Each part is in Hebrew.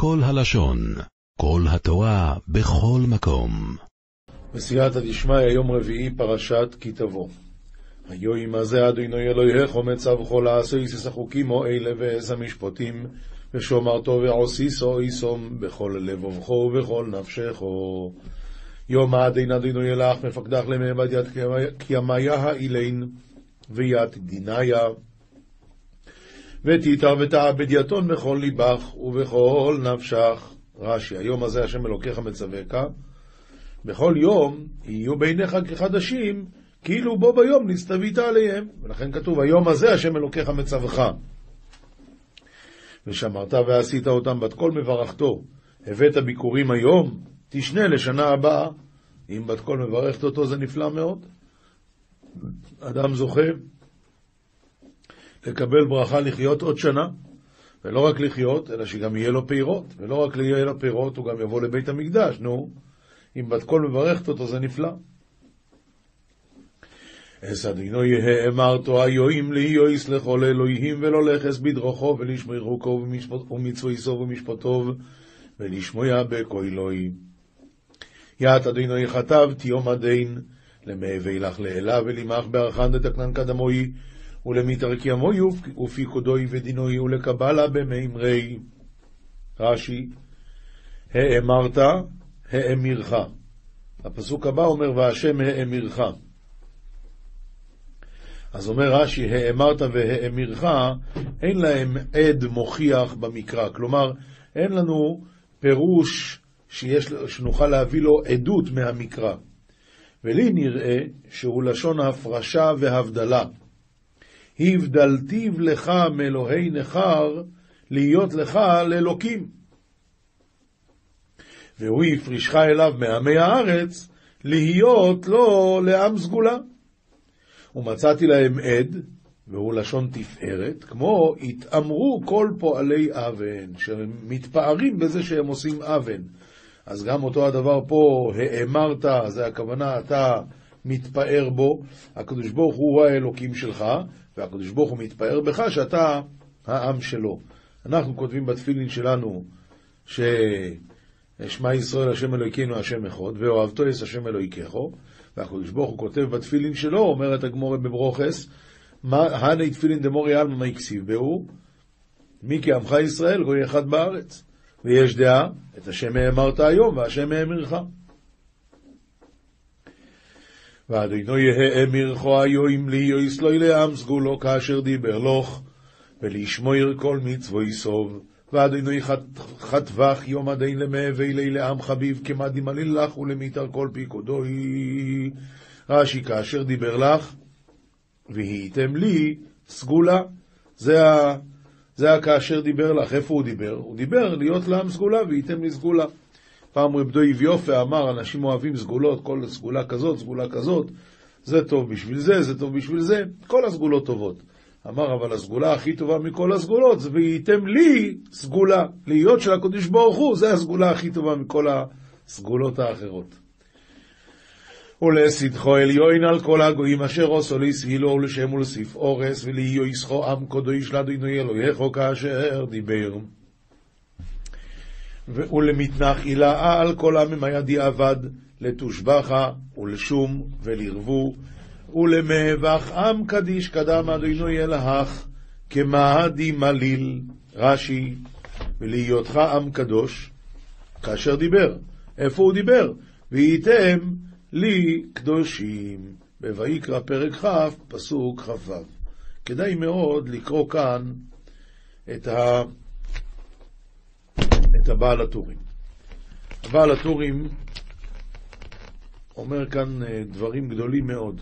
כל הלשון, כל התורה, בכל מקום. בסייעתא דשמיא, יום רביעי, פרשת כי תבוא. היו מה זה אדוני אלוהיך מצווך לעשה איסס החוקים אלה ועז המשפטים, ושומרתו ועושיסו איסום בכל לבבך ובכל נפשך. יום הדין אדוני אלך מפקדך למעבד יד קיימיה אילין ויד דיניה, ותיתר ותעבד יתון בכל ליבך ובכל נפשך. רש"י, היום הזה השם אלוקיך מצווך, בכל יום יהיו בעיניך כחדשים, כאילו בו ביום נסתווית עליהם. ולכן כתוב, היום הזה השם אלוקיך מצווך. ושמרת ועשית אותם בת כל מברכתו. הבאת ביקורים היום, תשנה לשנה הבאה. אם בת כל מברכת אותו זה נפלא מאוד. אדם זוכה לקבל ברכה לחיות עוד שנה, ולא רק לחיות, אלא שגם יהיה לו פירות. ולא רק יהיה לו פירות, הוא גם יבוא לבית המקדש. אם בת כל מברכת אותו זה נפלא. אסדינו יהא אמרתו היואים ליועיס לכל אלוהים ולא לכס בדרכו ולשמרו כה ומצויסו ומשפטו ולשמוע בקו אלוהים. ית אדינו יכתב תיום הדין למהווה לך לאלה ולמח בארכן דתקנן קדמוי ולמיתרקי עמוי ופיקודוי ודינוי ולקבלה במימרי. רש"י, האמרת האמירך. הפסוק הבא אומר והשם האמירך. אז אומר רש"י, האמרת והאמירך, אין להם עד מוכיח במקרא. כלומר, אין לנו פירוש שנוכל להביא לו עדות מהמקרא. ולי נראה שהוא לשון הפרשה והבדלה. הבדלתיו לך מאלוהי נחר להיות לך לאלוקים. והוא יפרישך אליו מעמי הארץ להיות לו לעם סגולה. ומצאתי להם עד, והוא לשון תפארת, כמו התאמרו כל פועלי אבן, שמתפארים בזה שהם עושים אבן. אז גם אותו הדבר פה, האמרת, זה הכוונה, אתה מתפאר בו, הקדוש ברוך הוא האלוקים שלך, והקדוש ברוך הוא מתפאר בך שאתה העם שלו. אנחנו כותבים בתפילין שלנו, ששמע ישראל השם אלוהינו השם אחד, ואוהבתו יש השם אלוהיכךו, והקדוש ברוך הוא כותב בתפילין שלו, אומרת הגמורה בברוכס, הני תפילין דמורי אלמה מה יקסיב בהו, מי כי עמך ישראל גוי אחד בארץ. ויש דעה, את השם האמרת היום, והשם האמירך. ואדוני יהא אמירך היום ליועיס לו לעם סגולו כאשר דיבר לוך, ולשמור כל מצווי סוב. ואדוני חטבך יום הדין למהווה לעם חביב כמדי מליל לך ולמיתר כל פיקודוי. רש"י, כאשר דיבר לך והייתם לי סגולה. זה כאשר דיבר לך. איפה הוא דיבר? הוא דיבר להיות לעם סגולה והייתם לי סגולה. פעם רב דויב יופה אמר, אנשים אוהבים סגולות, כל סגולה כזאת, סגולה כזאת, זה טוב בשביל זה, זה טוב בשביל זה, כל הסגולות טובות. אמר, אבל הסגולה הכי טובה מכל הסגולות, זה והייתם לי סגולה. להיות של הקדוש ברוך הוא, זה הסגולה הכי טובה מכל הסגולות האחרות. ולסדחו עליון על כל הגויים אשר עשו להסהילו ולשם ולסיף אורס וליהיו יסחו עם קדוש לאדוני אלוהיך כאשר דיבר. ולמתנח עילה על כל עמם הידי עבד לתושבחה ולשום ולרבו ולמהבך עם קדיש קדם אדוני אלהך כמהדי מליל. רש"י, ולהיותך עם קדוש כאשר דיבר. איפה הוא דיבר? והייתם לי קדושים. בויקרא פרק כ' פסוק כ"ו. כדאי מאוד לקרוא כאן את הבעל הטורים. הבעל הטורים אומר כאן דברים גדולים מאוד.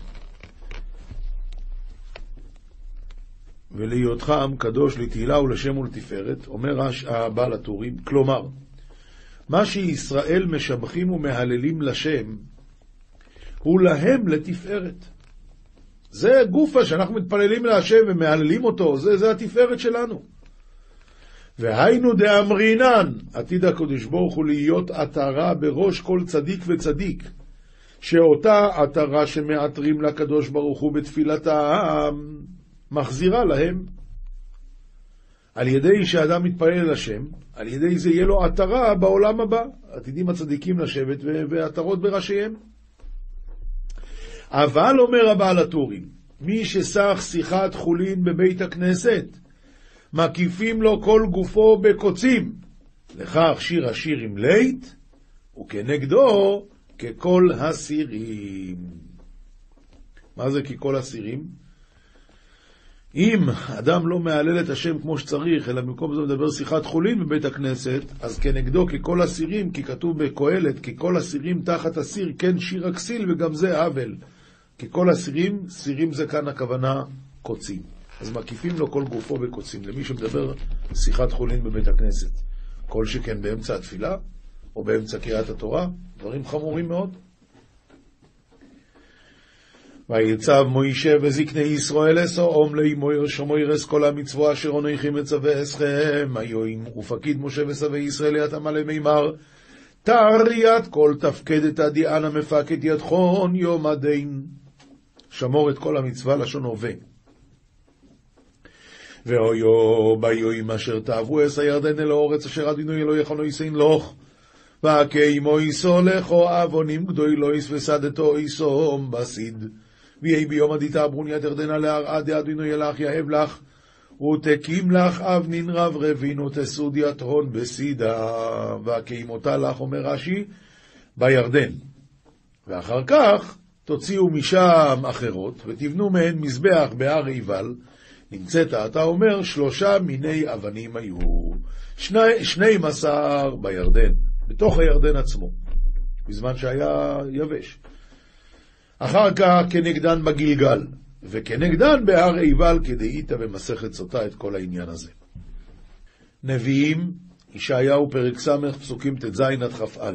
ולהיותך עם קדוש לתהילה ולשם ולתפארת, אומר הבעל הטורים, כלומר, מה שישראל משבחים ומהללים לשם, הוא להם לתפארת. זה גופה שאנחנו מתפללים להשם ומהללים אותו, זה התפארת שלנו. והיינו דאמרינן, עתיד הקדוש ברוך הוא להיות עטרה בראש כל צדיק וצדיק, שאותה עטרה שמעטרים לקדוש ברוך הוא בתפילתם, מחזירה להם. על ידי שאדם מתפלל לשם, על ידי זה יהיה לו עטרה בעולם הבא. עתידים הצדיקים לשבת ועטרות בראשיהם. אבל אומר הבעל הטורים, מי שסך שיחת חולין בבית הכנסת, מקיפים לו כל גופו בקוצים, לכך שיר השיר עם לית, וכנגדו ככל הסירים. מה זה ככל הסירים? אם אדם לא מעלל את השם כמו שצריך, אלא במקום זה מדבר שיחת חולין בבית הכנסת, אז כנגדו ככל הסירים, כי כתוב בקהלת, ככל הסירים תחת הסיר, כן שיר הכסיל, וגם זה עוול. ככל הסירים, סירים זה כאן הכוונה קוצים. אז מקיפים לו כל גופו בקוצים, למי שמדבר שיחת חולין בבית הכנסת. כל שכן באמצע התפילה, או באמצע קריאת התורה, דברים חמורים מאוד. ויצב מוישה וזקני ישראל אסעום לאמור שמוירס כל המצווה אשר אנוכי מצווה אתכם היום, ופקיד משה ושרי ישראל יתם עלי מימר תריית כל תפקדת דיאנה מפקד ידכון יום הדין. שמור את כל המצווה לשון הווה. ואויו ביום אשר תעברו אס הירדן אל האורץ אשר אדינוי אלוהיך נויסין לך והקיימו איסו לכו אבונים גדולויס וסדתו איסו בסיד ויהי ביום עדית עברון יד ירדנה להרעד אדינוי אלך יאהב לך ותקים לך אבנין רב רבין ותסוד יתרון בסידה והקיימותה לך אומר רש"י בירדן ואחר כך תוציאו משם אחרות ותבנו מהן מזבח בהר עיבל. נמצאת, אתה אומר 3 מיני אבנים היו 12 בירדן, בתוך הירדן עצמו, בזמן שהיה יבש. אחר כך כנגדן בגילגל, וכנגדן בהר עיבל, כדאית במסכת סוטה את כל העניין הזה. נביאים, ישעיהו פרק ס' פסוקים ט"ז עד כ"א.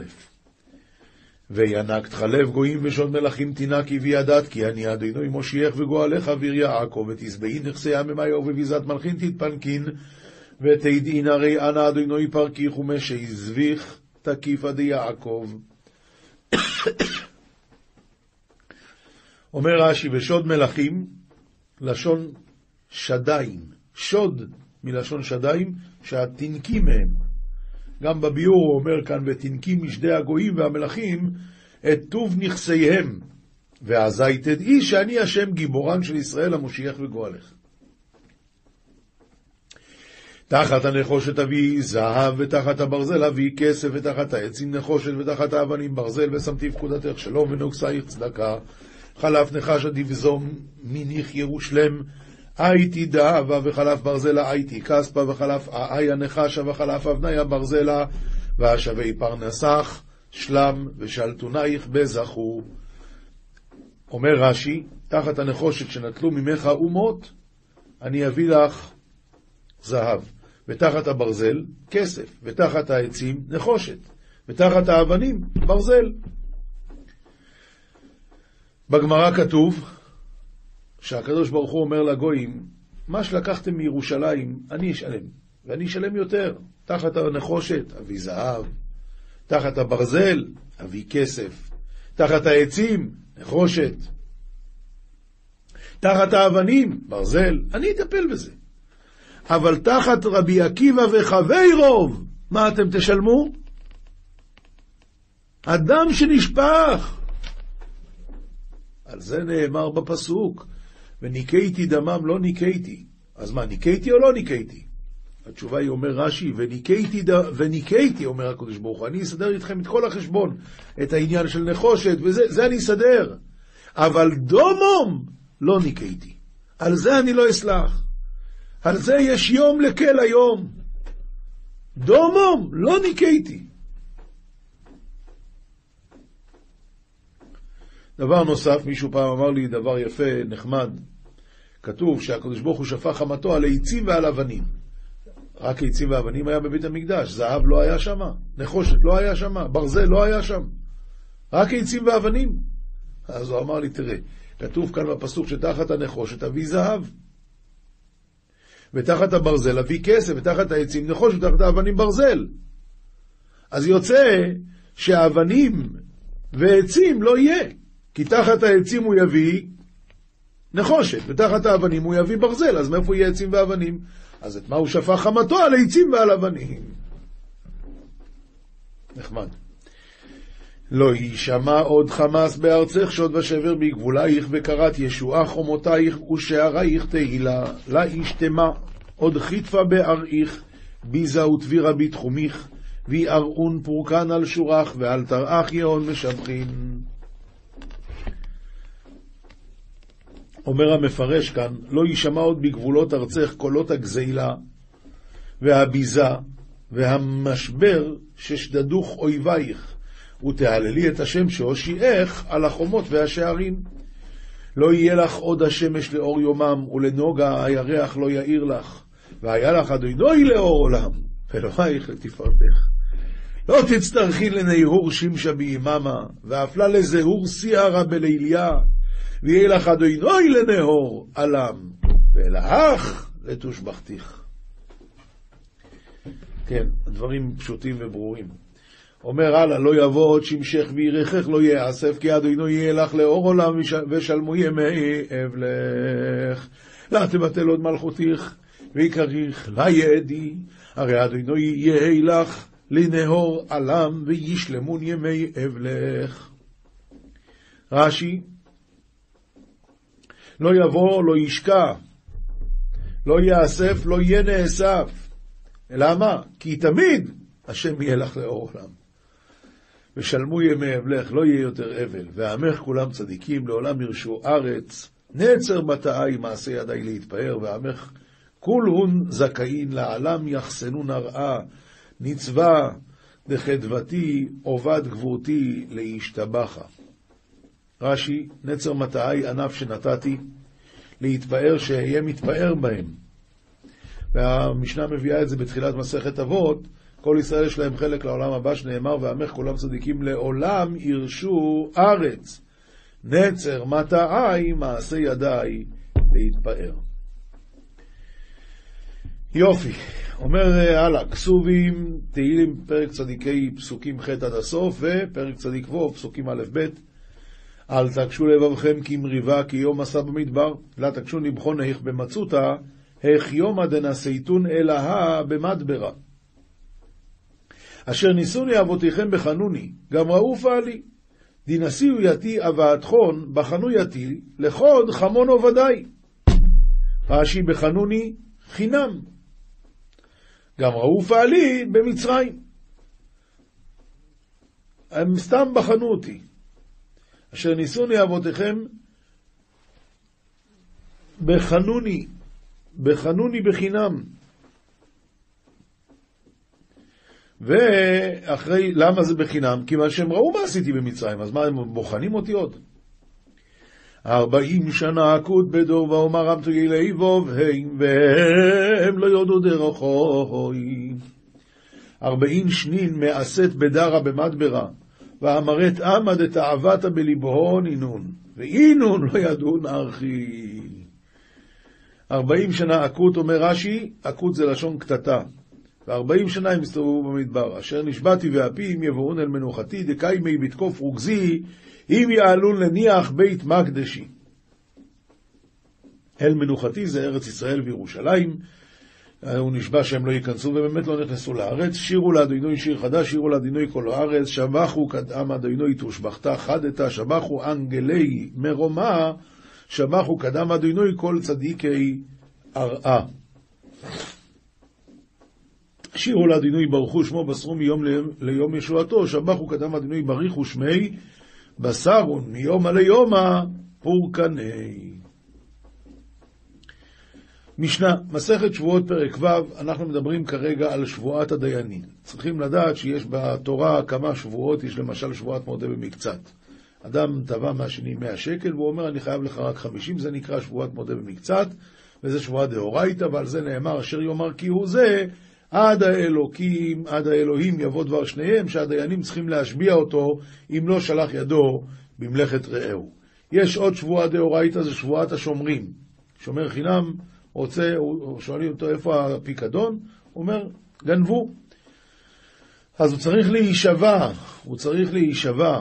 וינק תחלב גויים ושון מלכים תינקי וידעת כי אני אדוני מושיח וגואלך אוויר יעקב ותסבעין נכסי הממאיו ובביזת מלכין תתפנקין ותדעין הרי אנא אדוני פרקיך ומשי זביך תקיף עד יעקב. אומר רש"י ושוד מלכים לשון שדיים, שוד מלשון שדיים שהתינקים מהם. גם בביור הוא אומר כאן, ותנקים משדי הגויים והמלכים את טוב נכסיהם, ואזי תדעי שאני השם גיבורן של ישראל המושיח וגואלך. תחת הנחושת אביא זהב, ותחת הברזל אביא כסף, ותחת העצים נחושת, ותחת האבנים ברזל, ושמתי פקודתך שלום ונוגסייך צדקה. חלף נחש דבזום מניח ירושלם, הייתי דאבה וחלף ברזלה הייתי כספה וחלף איה נחשה וחלף אבניה ברזלה והשבי פרנסך שלם ושלטונייך בזכו. אומר רש"י, תחת הנחושת שנטלו ממך אומות אני אביא לך זהב, ותחת הברזל כסף, ותחת העצים נחושת, ותחת האבנים ברזל. בגמרא כתוב שהקדוש ברוך הוא אומר לגויים, מה שלקחתם מירושלים אני אשלם, ואני אשלם יותר. תחת הנחושת אביא זהב, תחת הברזל אביא כסף, תחת העצים נחושת, תחת האבנים ברזל, אני אטפל בזה. אבל תחת רבי עקיבא וחווי רוב, מה אתם תשלמו? הדם שנשפך. על זה נאמר בפסוק, וניקייתי דמם לא ניקייתי. אז מה, ניקייתי או לא ניקייתי? התשובה היא אומר רש"י, וניקייתי אומר הקדוש ברוך הוא, אני אסדר איתכם את כל החשבון, את העניין של נחושת, וזה אני אסדר. אבל דומום לא ניקייתי. על זה אני לא אסלח. על זה יש יום לקל היום. דומום לא ניקייתי. דבר נוסף, מישהו פעם אמר לי דבר יפה, נחמד. כתוב שהקדוש ברוך הוא שפך חמתו על העצים ועל אבנים. רק העצים והאבנים היה בבית המקדש, זהב לא היה שם, נחושת לא היה שם, ברזל לא היה שם. רק העצים והאבנים. אז הוא אמר לי, תראה, כתוב כאן בפסוק שתחת הנחושת אביא זהב, ותחת הברזל אביא כסף, ותחת העצים נחושת, ותחת האבנים ברזל. אז יוצא שהאבנים ועצים לא יהיה. כי תחת העצים הוא יביא נחושת, ותחת האבנים הוא יביא ברזל, אז מאיפה יהיה עצים ואבנים? אז את מה הוא שפך חמתו על העצים ועל אבנים? נחמד. לא יישמע עוד חמס בארצך, שוד ושבר בגבולייך, וקראת ישועה חומותייך ושערייך תהילה, לה ישתמה עוד חיטפה בארעיך, ביזה ותבירה בתחומיך, ויארעון פורקן על שורך, ועל תרעך יאון משבחין. אומר המפרש כאן, לא יישמע עוד בגבולות ארצך קולות הגזילה, והביזה, והמשבר ששדדוך אויבייך, ותהללי את השם שהושיעך על החומות והשערים. לא יהיה לך עוד השמש לאור יומם, ולנוגה הירח לא יאיר לך, והיה לך אדוני לאור עולם, ואלוהיך לתפארתך. לא תצטרכי לנהור שמשה ביממה, ואפלה לזהור שיערה בליליה, ויהיה לך אדוני לנהור עלם, ואלוהיך לתושבחתיך. כן, הדברים פשוטים וברורים. אומר הלאה, לא יבוא עוד שמשך וירחך לא יאסף, כי אדוני יהיה לך לאור עולם ושלמו ימי אבלך. לא תבטל עוד מלכותיך ויקריך לה יעדי, הרי אדוני יהיה לך לנהור עלם וישלמון ימי אבלך. רש"י, לא יבוא, לא ישקע, לא יאסף, לא יהיה נאסף. למה? כי תמיד השם יהיה לך לאור עולם. ושלמו ימי אבלך, לא יהיה יותר אבל, ועמך כולם צדיקים, לעולם ירשו ארץ, נצר בתאי מעשה ידי להתפאר, ועמך כולהון זכאין, לעלם יחסנון הרעה, נצווה דחדבתי, עובד גבורתי להשתבחה. רש"י, נצר מטעי ענף שנתתי, להתפאר שיהיה מתפאר בהם. והמשנה מביאה את זה בתחילת מסכת אבות, כל ישראל יש להם חלק לעולם הבא, שנאמר, ועמך כולם צדיקים לעולם ירשו ארץ, נצר מטעי מעשה ידי להתפאר. יופי, אומר הלאה, כסובים תהילים פרק צדיקי פסוקים ח' עד הסוף, ופרק צדיק ו' פסוקים א' ב'. אל תקשו לבבכם כי מריבה, כי יום מסע במדבר, לא תקשו נבחון איך במצותה, איך יום דנסייתון אלהה במדברה. אשר ניסוני אבותיכם בחנוני, גם ראו פעלי. דינסיו יתי אבעתכון, בחנו יתי, לחוד חמון עובדי. רש"י בחנוני חינם. גם ראו פעלי במצרים. הם סתם בחנו אותי. אשר ניסוני אבותיכם בחנוני בחינם. ואחרי, למה זה בחינם? כי מה שהם ראו מה עשיתי במצרים, אז מה הם בוחנים אותי עוד? 40 שנה עקוד בדור ואומר רמתו ילי בוב והם לא יודו דרכוי. 40 שנין מעשת בדרה במדברה, ואמרת עמד את העבת בליבו נינון, ואינון לא ידון ארכי. 40 שנה עקוד, אומר רש"י, עקוד זה לשון קטטה. ו40 שנה הם הסתובבו במדבר, אשר נשבעתי ואפי אם יבואון אל מנוחתי, דקאי מי בתקוף רוגזי, אם יעלון לניח בית מקדשי. אל מנוחתי זה ארץ ישראל וירושלים, הוא נשבע שהם לא ייכנסו, ובאמת לא נכנסו לארץ. שירו לאדוני שיר חדש, שירו לאדוני כל הארץ, שבחו קדם אדוני תושבחתה חדתה, שבחו אנגלי מרומה, שבחו קדם אדוני כל צדיקי ארעה. שירו לאדוני ברכו שמו, בשרו מיום ליום ישועתו, שבחו קדם אדוני בריחו שמי, בשרון מיומה ליומה פורקני. משנה, מסכת שבועות פרק ו', אנחנו מדברים כרגע על שבועת הדיינים. צריכים לדעת שיש בתורה כמה שבועות, יש למשל שבועת מודה במקצת. אדם תבע מהשני 100 שקל, והוא אומר אני חייב לך רק 50, זה נקרא שבועת מודה במקצת, וזה שבועת דאורייתא, ועל זה נאמר אשר יאמר כי הוא זה, עד האלוקים, עד האלוהים יבוא דבר שניהם, שהדיינים צריכים להשביע אותו, אם לא שלח ידו במלאכת רעהו. יש עוד שבועת דאורייתא, זה שבועת השומרים. שומר חינם, שואלים אותו איפה הפיקדון, הוא אומר, גנבו. אז הוא צריך להישבע,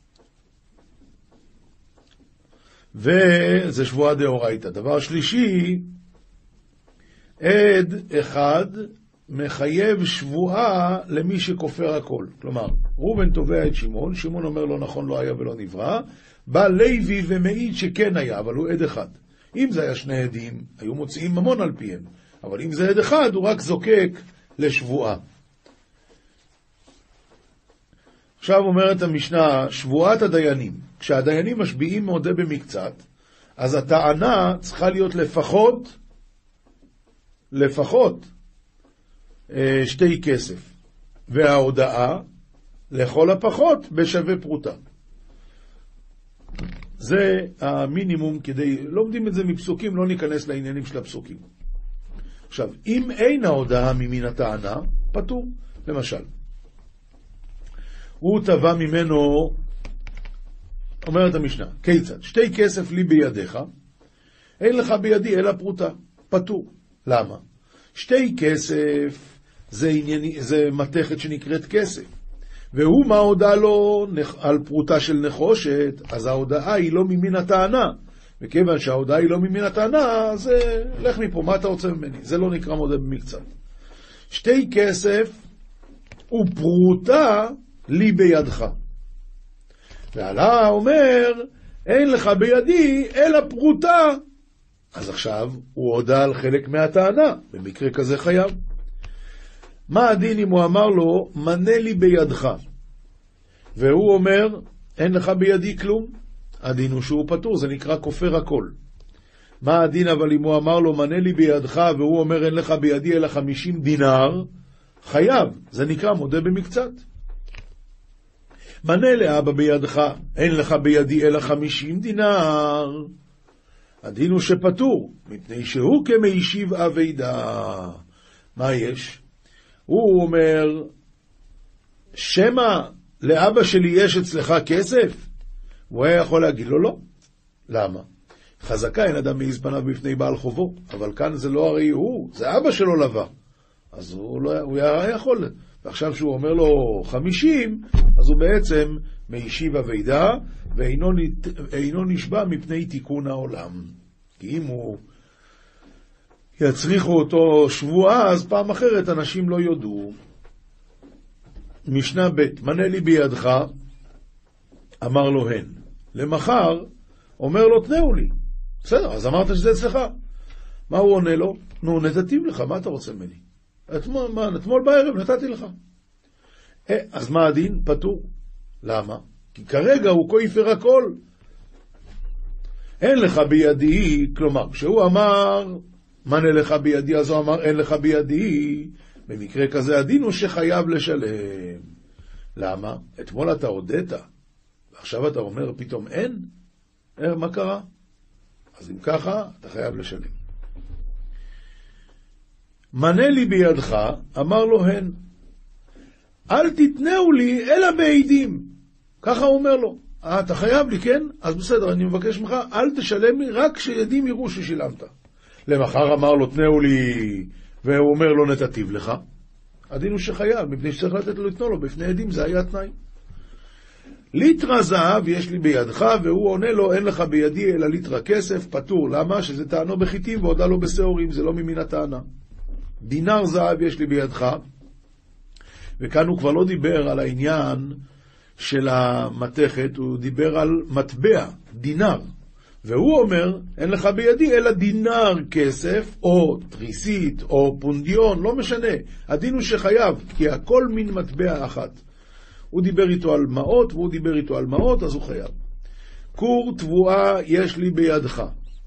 וזה שבועת דאורייתא. דבר שלישי, עד אחד מחייב שבועה למי שכופר הכל. כלומר, ראובן תובע את שמעון, שמעון אומר לא נכון, לא היה ולא נברא, בא לוי ומעיד שכן היה, אבל הוא עד אחד. אם זה היה שני עדים, היו מוציאים ממון על פיהם, אבל אם זה עד אחד, הוא רק זוקק לשבועה. עכשיו אומרת המשנה, שבועת הדיינים. כשהדיינים משביעים מודה במקצת, אז הטענה צריכה להיות לפחות שתי כסף, וההודעה לכל הפחות בשווה פרוטה. זה המינימום כדי, לומדים את זה מפסוקים, לא ניכנס לעניינים של הפסוקים. עכשיו, אם אין ההודעה ממין הטענה, פטור. למשל, הוא תבע ממנו, אומרת המשנה, כיצד? שתי כסף לי בידיך, אין לך בידי אלא פרוטה, פטור. למה? שתי כסף זה מתכת שנקראת כסף, והוא מה הודע לו על פרוטה של נחושת, אז ההודעה היא לא ממין הטענה, וכיוון שההודעה היא לא ממין הטענה, אז לך מפה, מה אתה רוצה ממני? זה לא נקרא מודה במקצת. שתי כסף ופרוטה לי בידך. ועלה אומר, אין לך בידי אלא פרוטה. אז עכשיו הוא הודע על חלק מהטענה, במקרה כזה חייב. מה הדין אם הוא אמר לו, מנה לי בידך? והוא אומר, אין לך בידי כלום? הדין הוא שהוא פטור, זה נקרא כופר הכל. מה הדין אבל אם הוא אמר לו, מנה לי בידך, והוא אומר, אין לך בידי אלא 50 דינר? חייב, זה נקרא מודה במקצת. מנה לאבא בידך, אין לך בידי אלא 50 דינר. הדין הוא שפטור, מפני שהוא כמיישיב אבידה. מה יש? הוא אומר, שמה לאבא שלי יש אצלך כסף? הוא היה יכול להגיד לו לא. למה? חזקה אין אדם מעיז פניו בפני בעל חובו, אבל כאן זה לא הרי הוא, זה אבא שלו לווה. אז הוא היה יכול. ועכשיו שהוא אומר לו 50, אז הוא בעצם מיישיב אבידה, ואינו נשבע מפני תיקון העולם. כי אם הוא יצריכו אותו שבועה, אז פעם אחרת אנשים לא יודעו. משנה ב' מנה לי בידך, אמר לו הן. למחר אומר לו תנאו לי. בסדר, אז אמרת שזה אצלך. מה הוא עונה לו? נו, נתתיו לך, מה אתה רוצה ממני? אתמול בערב נתתי לך. אז מה הדין? פטור. למה? כי כרגע הוא כופר הכל. אין לך בידי, כלומר, כשהוא אמר מנה לך בידי, אז הוא אמר אין לך בידי, במקרה כזה הדין הוא שחייב לשלם. למה? אתמול אתה הודית, ועכשיו אתה אומר פתאום אין? מה קרה? אז אם ככה, אתה חייב לשלם. מנה לי בידך, אמר לו הן. אל תתנאו לי אלא בעדים. ככה הוא אומר לו. אתה חייב לי, כן? אז בסדר, אני מבקש ממך, אל תשלם לי, רק שידים יראו ששילמת. למחר אמר לו, תנאו לי, והוא אומר לו, נתתיו לך. הדין הוא שחייב, מפני שצריך לתת לו לתנוא לו, בפני עדים זה היה תנאי. ליטרה זהב יש לי בידך, והוא עונה לו, אין לך בידי אלא ליטרה כסף, פטור. למה? שזה טענו בחיטים והודע לו בשעורים, זה לא ממין הטענה. דינר זהב יש לי בידך, וכאן הוא כבר לא דיבר על העניין של המתכת, הוא דיבר על מטבע, דינר. והוא אומר, אין לך בידי אלא דינר כסף, או תריסית, או פונדיון, לא משנה. הדין הוא שחייב, כי הכל מין מטבע אחת. הוא דיבר איתו על מאות, והוא דיבר איתו על מאות, אז הוא חייב. כור תבואה יש לי בידך.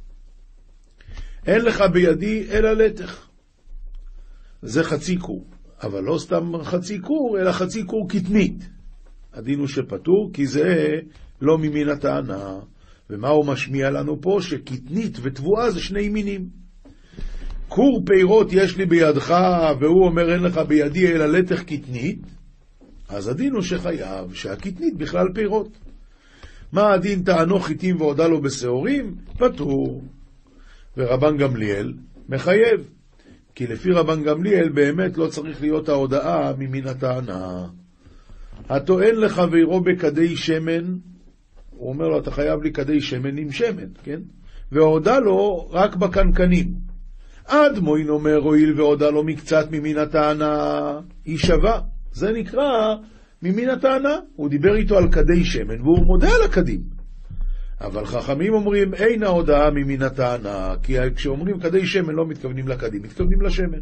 אין לך בידי אלא לתך. זה חצי כור, אבל לא סתם חצי כור, אלא חצי כור קטנית. הדין הוא שפטור, כי זה לא ממין הטענה. ומה הוא משמיע לנו פה? שקטנית ותבואה זה שני מינים. כור פירות יש לי בידך, והוא אומר אין לך בידי אלא לתך קטנית, אז הדין הוא שחייב, שהקטנית בכלל פירות. מה הדין? טענו חיטים והודע לו בשעורים? פטור. ורבן גמליאל מחייב, כי לפי רבן גמליאל באמת לא צריך להיות ההודעה ממין הטענה. הטוען לחברו בכדי שמן, הוא אומר לו, אתה חייב לי כדי שמן עם שמן, כן? והודע לו רק בקנקנים. אדמו"ר אומר, הואיל והודה לו מקצת ממין הטענה, היא שווה. זה נקרא ממין הטענה. הוא דיבר איתו על כדי שמן, והוא מודה על הכדים. אבל חכמים אומרים, אין ההודעה ממין הטענה, כי כשאומרים כדי שמן לא מתכוונים לכדים, מתכוונים לשמן.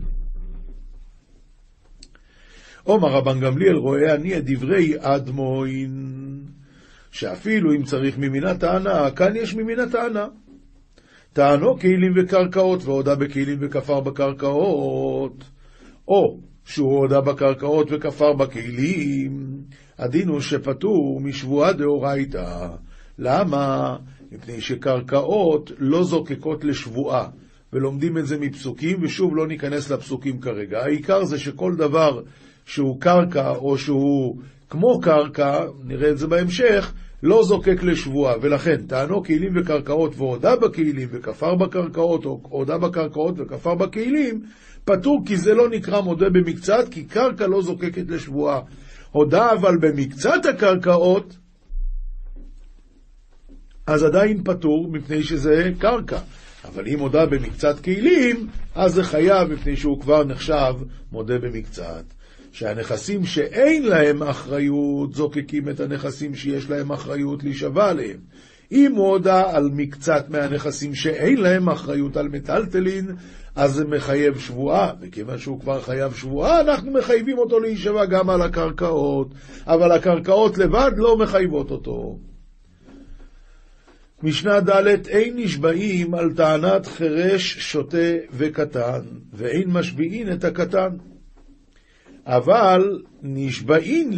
אומר רבן גמליאל, רואה אני את דברי אדמו"ר, שאפילו אם צריך ממין הטענה, כאן יש ממין הטענה. טענו כלים וקרקעות, והודה בכלים וכפר בקרקעות, או שהוא הודה בקרקעות וכפר בכלים, הדין הוא שפטור משבועה דאורייתא. למה? מפני שקרקעות לא זוקקות לשבועה, ולומדים את זה מפסוקים, ושוב לא ניכנס לפסוקים כרגע. העיקר זה שכל דבר שהוא קרקע, או שהוא כמו קרקע, נראה את זה בהמשך, לא זוקק לשבועה, ולכן טענו כלים וקרקעות והודה בכלים וכפר בקרקעות, או הודה בקרקעות וכפר בכלים, פטור, כי זה לא נקרא מודה במקצת, כי קרקע לא זוקקת לשבועה. הודה אבל במקצת הקרקעות, אז עדיין פטור מפני שזה קרקע. אבל אם הודה במקצת כלים, אז זה חייב מפני שהוא כבר נחשב מודה במקצת. שהנכסים שאין להם אחריות זוקקים את הנכסים שיש להם אחריות להישבע עליהם. אם הוא הודה על מקצת מהנכסים שאין להם אחריות על מטלטלין, אז זה מחייב שבועה, וכיוון שהוא כבר חייב שבועה, אנחנו מחייבים אותו להישבע גם על הקרקעות, אבל הקרקעות לבד לא מחייבות אותו. משנה ד' אין נשבעים על טענת חרש, שוטה וקטן, ואין משביעים את הקטן. אבל נשבעים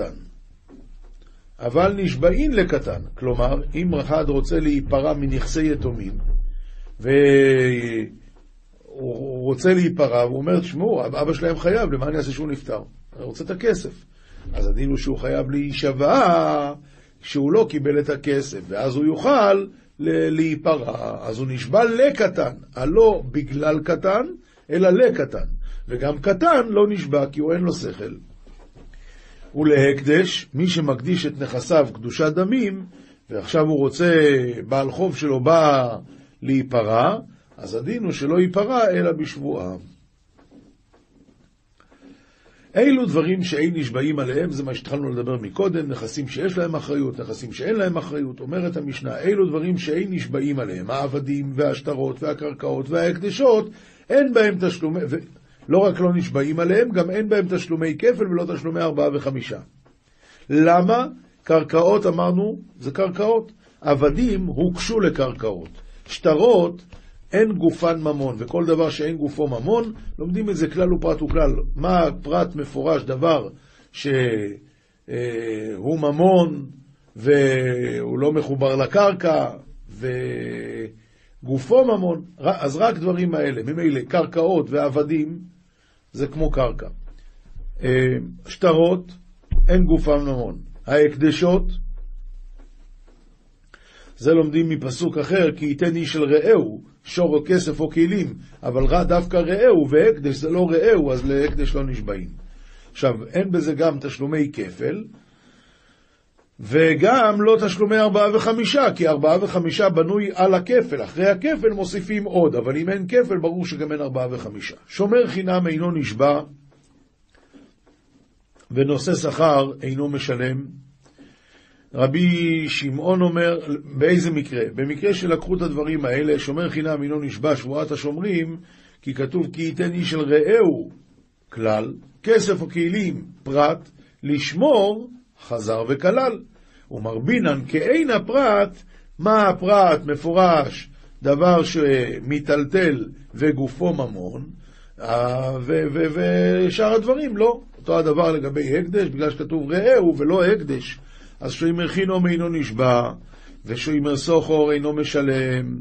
לקטן. כלומר, אם אחד רוצה להיפרע מנכסי יתומים, והוא רוצה להיפרע, הוא אומר, תשמעו, אבא שלהם חייב, למה אני אעשה שהוא נפטר? אני רוצה את הכסף. אז הדין הוא שהוא חייב להישבע כשהוא לא קיבל את הכסף, ואז הוא יוכל להיפרע. אז הוא נשבע לקטן, לא בגלל קטן, אלא לקטן. וגם קטן לא נשבע כי הוא אין לו שכל. ולהקדש, מי שמקדיש את נכסיו קדושת דמים, ועכשיו הוא רוצה, בעל חוב שלו בא להיפרע, אז הדין הוא שלא ייפרע אלא בשבועה. אילו דברים שאין נשבעים עליהם, זה מה שהתחלנו לדבר מקודם, נכסים שיש להם אחריות, נכסים שאין להם אחריות. אומרת המשנה, אילו דברים שאין נשבעים עליהם, העבדים והשטרות והקרקעות וההקדשות, אין בהם תשלומי, לא רק לא נשבעים עליהם, גם אין בהם תשלומי כפל ולא תשלומי 4 ו5. למה? קרקעות אמרנו, זה קרקעות. עבדים הוקשו לקרקעות. שטרות, אין גופן ממון, וכל דבר שאין גופו ממון, לומדים את זה כלל ופרט וכלל. מה פרט מפורש? דבר שהוא ממון, והוא לא מחובר לקרקע, וגופו ממון. אז רק דברים האלה, ממילא קרקעות ועבדים, זה כמו קרקע. שטרות, אין גופם ממון. ההקדשות, זה לומדים מפסוק אחר, כי ייתן איש של רעהו, שור או כסף או כלים, אבל דווקא רעהו והקדש זה לא רעהו, אז להקדש לא נשבעים. עכשיו, אין בזה גם תשלומי כפל, וגם לא תשלומי 4 ו5, כי 4 ו5 בנוי על הכפל, אחרי הכפל מוסיפים עוד, אבל אם אין כפל ברור שגם אין 4 ו5. שומר חינם אינו נשבע, ונושא שכר אינו משלם. רבי שמעון אומר, באיזה מקרה? במקרה שלקחו את הדברים האלה, שומר חינם אינו נשבע שבועת השומרים, כי כתוב כי ייתן איש של רעהו כלל, כסף או כלים פרט, לשמור חזר וכלל. ומרבינן כאין הפרט, מה הפרט מפורש? דבר שמטלטל וגופו ממון, ושאר הדברים לא. אותו הדבר לגבי הקדש, בגלל שכתוב רעהו ולא הקדש. אז שוימר חינום אינו נשבע, ושוימר סוחור אינו משלם,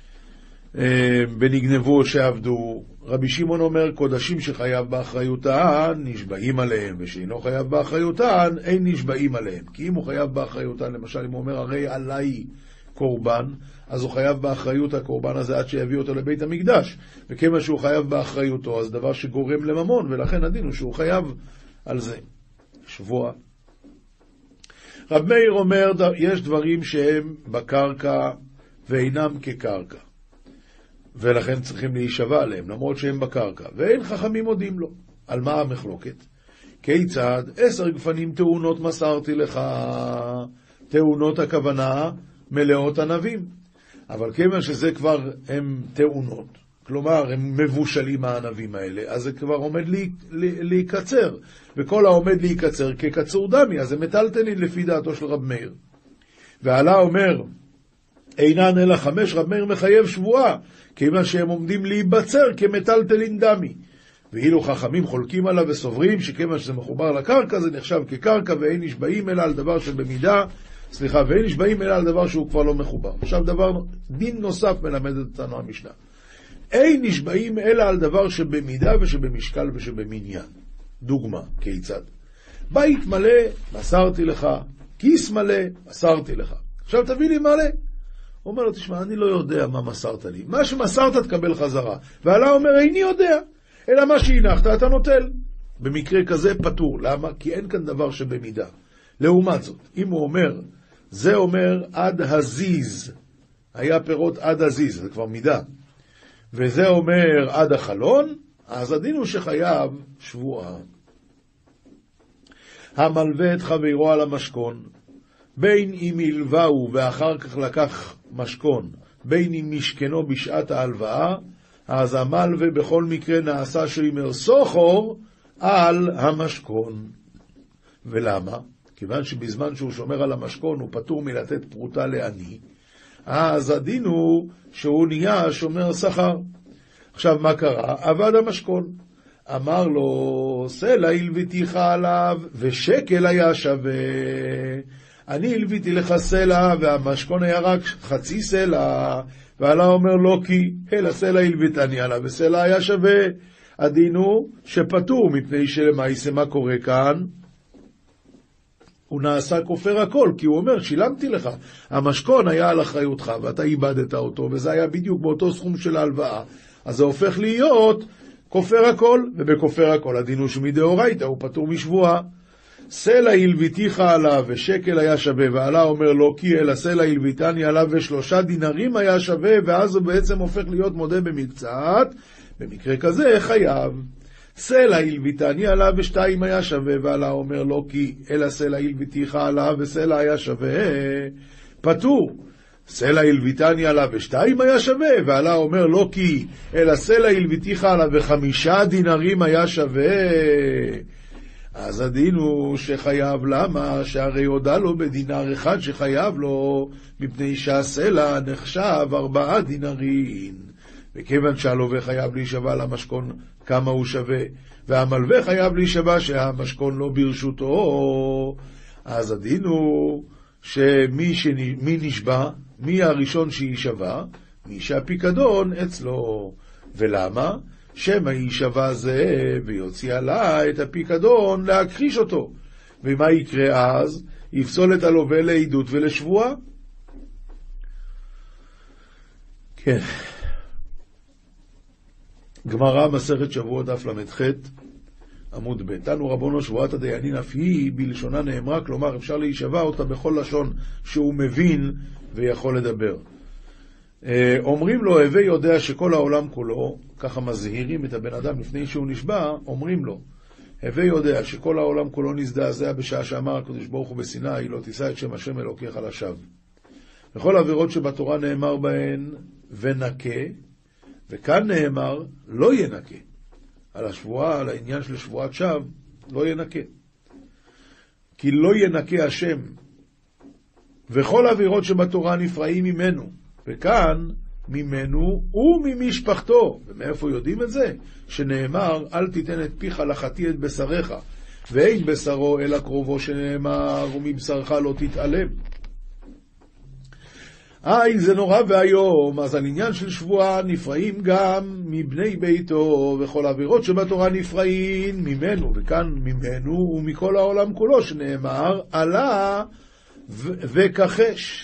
בנגנבו שעבדו. רבי שמעון אומר, קודשים שחייב באחריותן, נשבעים עליהם, ושאינו חייב באחריותן, אין נשבעים עליהם. כי אם הוא חייב באחריותן, למשל אם הוא אומר, הרי עליי קורבן, אז הוא חייב באחריות הקורבן הזה עד שיביא אותו לבית המקדש. וכמה שהוא חייב באחריותו, אז דבר שגורם לממון, ולכן הדין הוא שהוא חייב על זה. שבוע. רב מאיר אומר, יש דברים שהם בקרקע ואינם כקרקע. ולכן צריכים להישבע עליהם, למרות שהם בקרקע, ואין חכמים מודים לו. על מה המחלוקת? כיצד 10 גפנים תאונות מסרתי לך, תאונות הכוונה מלאות ענבים, אבל כיוון שזה כבר הם תאונות, כלומר הם מבושלים הענבים האלה, אז זה כבר עומד להיקצר, וכל העומד להיקצר כקצור דמי, אז זה מטלטלין לפי דעתו של רב מאיר. ועלה אומר, אינן אלא 5, רב מאיר מחייב שבועה, כיוון שהם עומדים להיבצר כמטלטלין דמי. ואילו חכמים חולקים עליו וסוברים שכיוון שזה מחובר לקרקע זה נחשב כקרקע, ואין נשבעים אלא על דבר שבמידה, ואין נשבעים אלא על דבר שהוא כבר לא מחובר. עכשיו דין נוסף מלמדת אותנו המשנה. אין נשבעים אלא על דבר שבמידה ושבמשקל ושבמניין. דוגמה, כיצד? בית מלא, מסרתי לך, כיס מלא, מסרתי לך. עכשיו תביא לי מלא. הוא אומר לו, תשמע, אני לא יודע מה מסרת לי. מה שמסרת תקבל חזרה. ועלה אומר, איני יודע. אלא מה שהנחת אתה נוטל. במקרה כזה פטור. למה? כי אין כאן דבר שבמידה. לעומת זאת, אם הוא אומר, זה אומר עד הזיז, היה פירות עד הזיז, זה כבר מידה. וזה אומר עד החלון, אז הדין הוא שחייב שבועה. המלווה את חברו על המשכון, בין אם הלווהו ואחר כך לקח משכון, בין אם משכנו בשעת ההלוואה, אז המלווה בכל מקרה נעשה שימר סוחור על המשכון. ולמה? כיוון שבזמן שהוא שומר על המשכון הוא פטור מלתת פרוטה לעני, אז הדין הוא שהוא נהיה שומר שכר. עכשיו מה קרה? עבד המשכון. אמר לו, סלע הלוויתיך עליו ושקל היה שווה. אני הלוויתי לך סלע והמשכון היה רק חצי סלע. ועלה אומר לו כי, אלא סלע הלוויתני עליו וסלע היה שווה. הדין הוא שפטור מפני שלמעשה מה קורה כאן? הוא נעשה כופר הכל, כי הוא אומר, שילמתי לך. המשכון היה על אחריותך, ואתה איבדת אותו, וזה היה בדיוק באותו סכום של ההלוואה. אז זה הופך להיות כופר הכל, ובכופר הכל הדין הוא שמדאורייתא, הוא פטור משבועה. סלע הלוויתיך עליו ושקל היה שווה, ועלה אומר לו כי אלא סלע הלוויתני עליו ו3 דינרים היה שווה, ואז הוא בעצם הופך להיות מודה במקצת. במקרה כזה חייב. סלע הלוויתני עליו ו2 היה שווה, ועלה אומר לו כי אלא סלע הלוויתיך עליו וסלע היה שווה, פטור. סלע הלוויתני עליו ו2 היה שווה, ועלה אומר לו כי אלא סלע הלוויתיך עליו ו5 דינרים היה שווה. אז הדין הוא שחייב. למה? שהרי הודע לו בדינר אחד שחייב לו, מפני שהסלע נחשב 4 דינרים. וכיוון שהלווה חייב להישבע למשכון כמה הוא שווה, והמלווה חייב להישבע שהמשכון לא ברשותו, אז הדין הוא מי נשבע, מי הראשון שישבע? מי שהפיקדון אצלו. ולמה? שמא יישבע זה ויוציא עלה את הפיקדון להכחיש אותו. ומה יקרה אז? יפסול את הלווה לעדות ולשבועה. כן. גמרא מסכת שבועות דף למ"ח עמוד ב'. תנו רבונו שבועת הדיינים אף היא בלשונה נאמרה, כלומר אפשר להישבע אותה בכל לשון שהוא מבין ויכול לדבר. אומרים לו, הווה יודע שכל העולם כולו, ככה מזהירים את הבן אדם לפני שהוא נשבע, אומרים לו, הווה יודע שכל העולם כולו נזדעזע בשעה שאמר הקדוש ברוך הוא בסיני, לא תישא את שם השם אלוקיך לשווא. וכל העבירות שבתורה נאמר בהן ונקה, וכאן נאמר לא ינקה. על השבועה, על העניין של שבועת שווא, לא ינקה. כי לא ינקה השם. וכל העבירות שבתורה נפרעים ממנו. וכאן ממנו וממשפחתו. ומאיפה יודעים את זה? שנאמר, אל תיתן את פיך לחתי את בשריך, ואין בשרו אלא קרובו, שנאמר, ומבשרך לא תתעלם. זה נורא והיום. אז על עניין של שבועה נפרעים גם מבני ביתו, וכל העבירות שבתורה נפרעים ממנו, וכאן ממנו ומכל העולם כולו, שנאמר, עלה וכחש.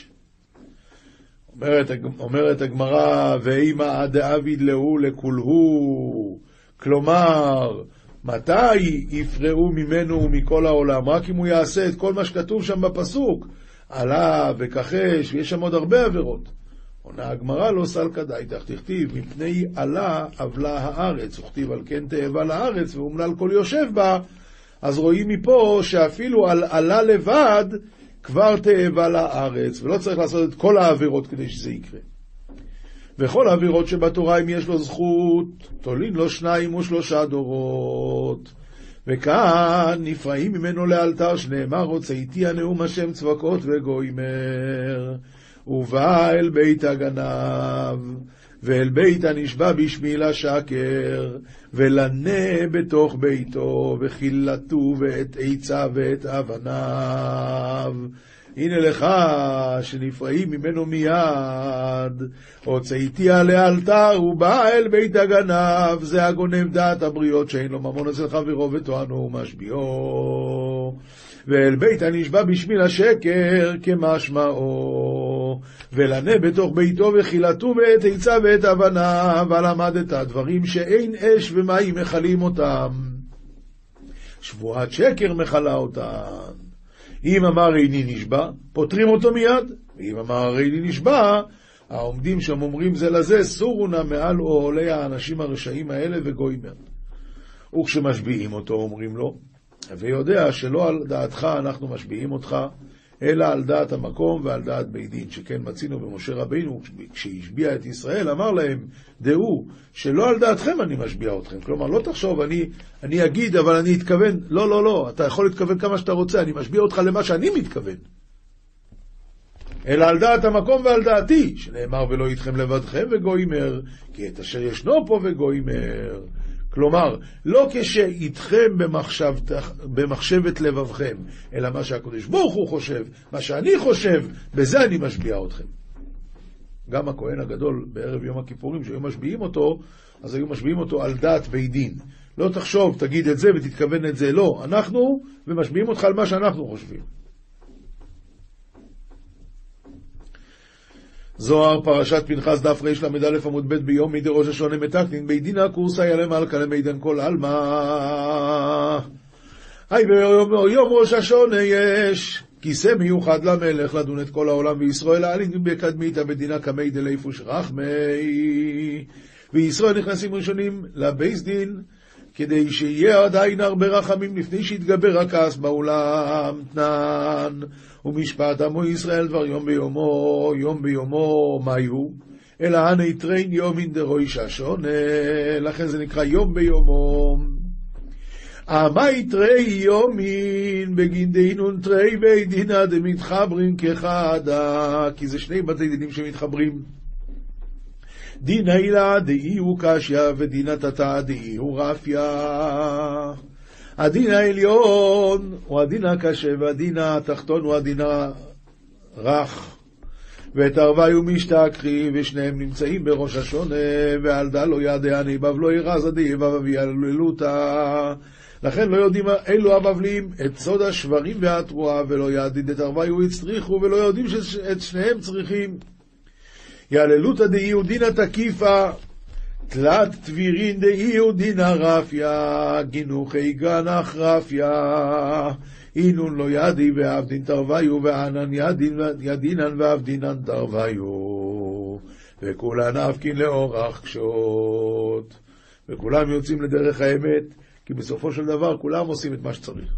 אומרת הגמרא, ואימא דאביד להו לכולהו, כלומר, מתי יפרעו ממנו ומכל העולם? רק אם הוא יעשה את כל מה שכתוב שם בפסוק, עלה וכחש, ויש שם עוד הרבה עבירות. עונה הגמרא לא סלקא דייתך, תכתיב מפני עלה אבלה הארץ, וכתיב על כן תאבה לארץ ואומלל כל יושב בה. אז רואים מפה שאפילו על עלה לבד כבר תאבה לארץ, ולא צריך לעשות את כל העבירות כדי שזה יקרה. וכל העבירות שבתורה אם יש לו זכות, תולין לו 2 או 3 דורות. וכאן נפרעים ממנו לאלתר, שנאמר הוצאתי הנאום השם צבקות וגוימר, ובא אל בית הגנב, ואל בית הנשבע בשמי לשקר, ולנה בתוך ביתו, וחילתו ואת עצה ואת אבניו. הנה לך שנפרעים ממנו מיד, הוצאתיה לאלתר, ובא אל בית הגנב, זה הגונב דעת הבריות, שאין לו ממון אצל חברו וטוענו ומשביעו. ואל בית הנשבע בשמי לשקר כמשמעו, ולנה בתוך ביתו וחילתו ואת עצה ואת אבניו, ולמד את הדברים שאין אש ומים מחלים אותם, שבועת שקר מחלה אותם. אם אמר איני נשבע, פותרים אותו מיד, ואם אמר איני נשבע, העומדים שם אומרים זה לזה, סורו נא מעל אוהלי האנשים הרשעים האלה וגוימר. וכשמשביעים אותו אומרים לו, ויודע שלא על דעתך אנחנו משביעים אותך, אלא על דעת המקום ועל דעת בית דין, שכן מצינו במשה רבינו, כשהשביע את ישראל, אמר להם, דעו, שלא על דעתכם אני משביע אתכם. כלומר, לא תחשוב, אני אגיד, אבל אני אתכוון. לא, לא, לא, אתה יכול להתכוון כמה שאתה רוצה, אני משביע אותך למה שאני מתכוון. אלא על דעת המקום ועל דעתי, שנאמר ולא איתכם לבדכם וגוימר, כי את אשר ישנו פה וגוימר. כלומר, לא כשאיתכם במחשבת לבבכם, אלא מה שהקדוש ברוך הוא חושב, מה שאני חושב, בזה אני משביע אתכם. גם הכהן הגדול בערב יום הכיפורים, שהיו משביעים אותו, אז היו משביעים אותו על דעת בית דין. לא תחשוב, תגיד את זה ותתכוון את זה, לא. אנחנו, ומשביעים אותך על מה שאנחנו חושבים. זוהר פרשת פנחס דף ר' ל"א עמוד ב' ביום מדי ראש השונה מתקנין בית דין הקורסה יעלה מלכה למידן כל עלמא. ביום ראש השונה יש כיסא מיוחד למלך לדון את כל העולם, וישראל העלין בקדמיתא בדינה כמי דליפוש רחמי, וישראל נכנסים ראשונים לבייס דין כדי שיהיה עדיין הרבה רחמים לפני שיתגבר הכעס בעולם. תנן ומשפט עמו ישראל דבר יום ביומו, יום ביומו מה יהיו? אלא הני טרין יומין דרויש השונה, לכן זה נקרא יום ביומו. אמי תרי יומין בגין דינון תרי בית דינה דמתחברים כחדה, כי זה 2 בתי דינים שמתחברים. דין הילה דאי הוא קשיא ודין תתא דאי הוא רפיה. הדין העליון הוא הדין הקשה, והדין התחתון הוא הדין הרך. ואת ערוויו משתכחי, ושניהם נמצאים בראש השונה, ועל דא לא ידעני בב לא ירז עדי בב ויעללותה. לכן לא יודעים אילו הבבלים את סוד השברים והתרועה, ולא יעדיד את ערוויו הצריכו, ולא יודעים שאת שניהם צריכים. יעללותה דאי הוא דין התקיפה, תלת תבירין דאי הוא דין הרפיה, גינוחי גנח רפיה. אינון לא ידי ועבדין תרוויו, וענן ידינן ועבדינן תרוויו, וכולן אבקין לאורח קשות. וכולם יוצאים לדרך האמת, כי בסופו של דבר כולם עושים את מה שצריך.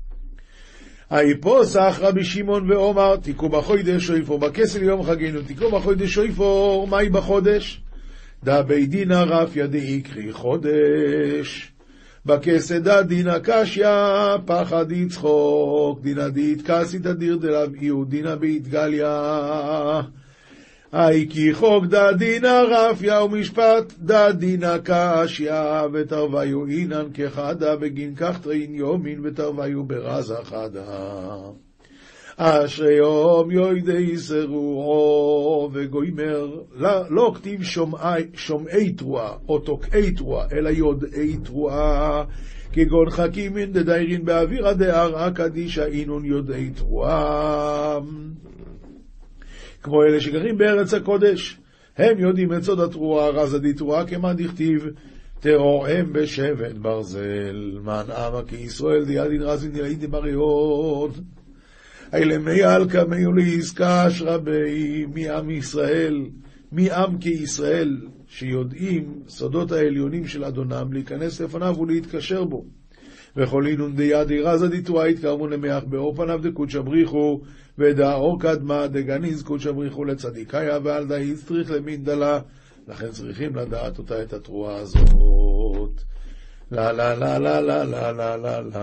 היפוסח רבי שמעון ואומר, תיקו בחודש שויפור בכסל יום חגינו, תיקו בחודש שויפור, מהי בחודש? דה בית דין הרפיה דאי קרי חודש. בכסד דינא קשיא פחד יצחוק, דינא דאיתקסי תדיר דלאו איהו דינא בהתגליה. כי חוק דה דינא רפיה ומשפט דה דינא קשיא, ותרוויו אינן כחדה בגין כך טרין יומין, ותרוויו ברזה חדה. אשרי יום יוידי סרועו וגוימר, לא כתיב שומעי תרועה או תוקעי תרועה, אלא יודעי תרועה, כגון חכימין דדיירין באווירא דהרא קדישא אינון יודעי תרועה. כמו אלה שגרים בארץ הקודש, הם יודעים את סוד התרועה, רזה די תרועה, כמה דכתיב תרועם בשבט ברזל, מנעמה כי ישראל דיאדין רזין דילאין דמריון. אלה מי על כמי וליסקש רבי מעם ישראל, מי עם כישראל שיודעים סודות העליונים של אדונם להיכנס לפניו ולהתקשר בו. וכל אינון דיד רזה דיטואה התקרמו למח באור פניו דקוד שבריחו ודא אור קדמה דגניז קוד שבריחו לצדיקיה ועל דאי צריך למין דלה. לכן צריכים לדעת אותה את התרועה הזאת. לה לה לה לה לה לה לה לה לה.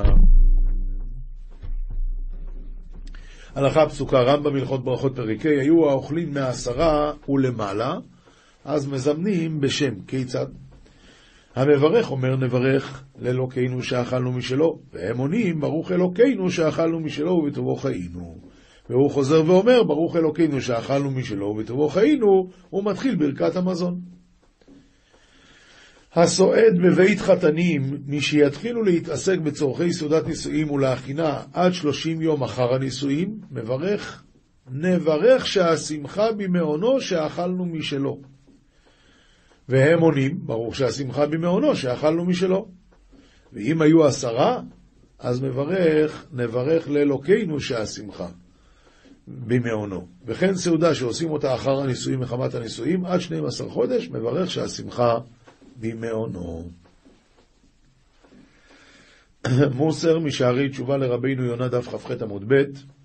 הלכה פסוקה רמב"ם הלכות ברכות פרק ה' היו האוכלים מעשרה ולמעלה, אז מזמנים בשם. כיצד? המברך אומר נברך לאלוקינו שאכלנו משלו, והם עונים ברוך אלוקינו שאכלנו משלו ובטובו חיינו. והוא חוזר ואומר ברוך אלוקינו שאכלנו משלו ובטובו חיינו, הוא מתחיל ברכת המזון. הסועד בבית חתנים, מי שיתחילו להתעסק בצורכי סעודת נישואים ולהכינה עד 30 יום אחר הנישואים, נברך שהשמחה במעונו שאכלנו משלו. והם עונים, ברוך שהשמחה במעונו שאכלנו משלו. ואם היו 10, אז נברך לאלוקינו שהשמחה במעונו. וכן סעודה שעושים אותה אחר הנישואים מחמת הנישואים, עד 12 חודש, מברך שהשמחה במעונו. מוסר משערי תשובה לרבינו יונה דף כ"ח עמוד ב'.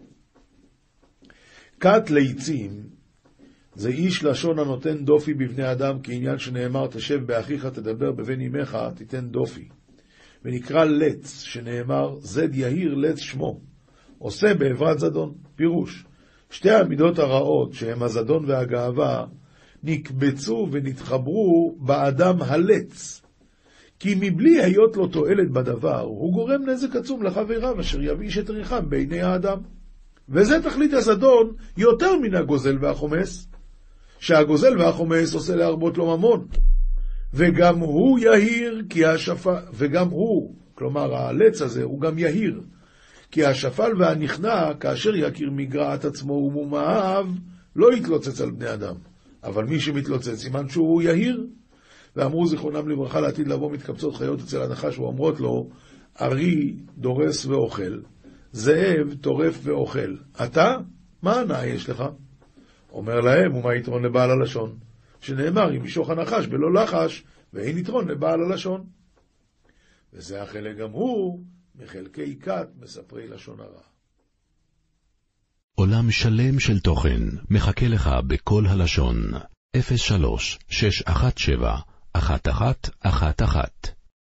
כת ליצים זה איש לשון הנותן דופי בבני אדם, כעניין שנאמר תשב באחיך תדבר בבן אמך תיתן דופי. ונקרא לץ שנאמר זד יהיר לץ שמו, עושה בעברת זדון. פירוש, שתי המידות הרעות שהם הזדון והגאווה נקבצו ונתחברו באדם הלץ, כי מבלי היות לו תועלת בדבר הוא גורם נזק עצום לחבריו אשר יביש את ריחם בעיני האדם. וזה תכלית הזדון יותר מן הגוזל והחומס, שהגוזל והחומס עושה להרבות לו ממון, וגם הוא יהיר כי וגם הוא, כלומר הלץ הזה הוא גם יהיר, כי השפל והנכנע כאשר יכיר מגרעת עצמו ומומאיו לא יתלוצץ על בני אדם, אבל מי שמתלוצץ סימן שהוא יהיר. ואמרו זיכרונם לברכה לעתיד לבוא מתקבצות חיות אצל הנחש ואומרות לו ארי דורס ואוכל, זאב טורף ואוכל, אתה? מה הנאה יש לך? אומר להם, ומה יתרון לבעל הלשון? שנאמר, אם ישוך הנחש בלא לחש, ואין יתרון לבעל הלשון. וזה החלק גם הוא מחלקי כת מספרי לשון הרע. עולם שלם של תוכן מחכה לך בכל הלשון. 03-617-1111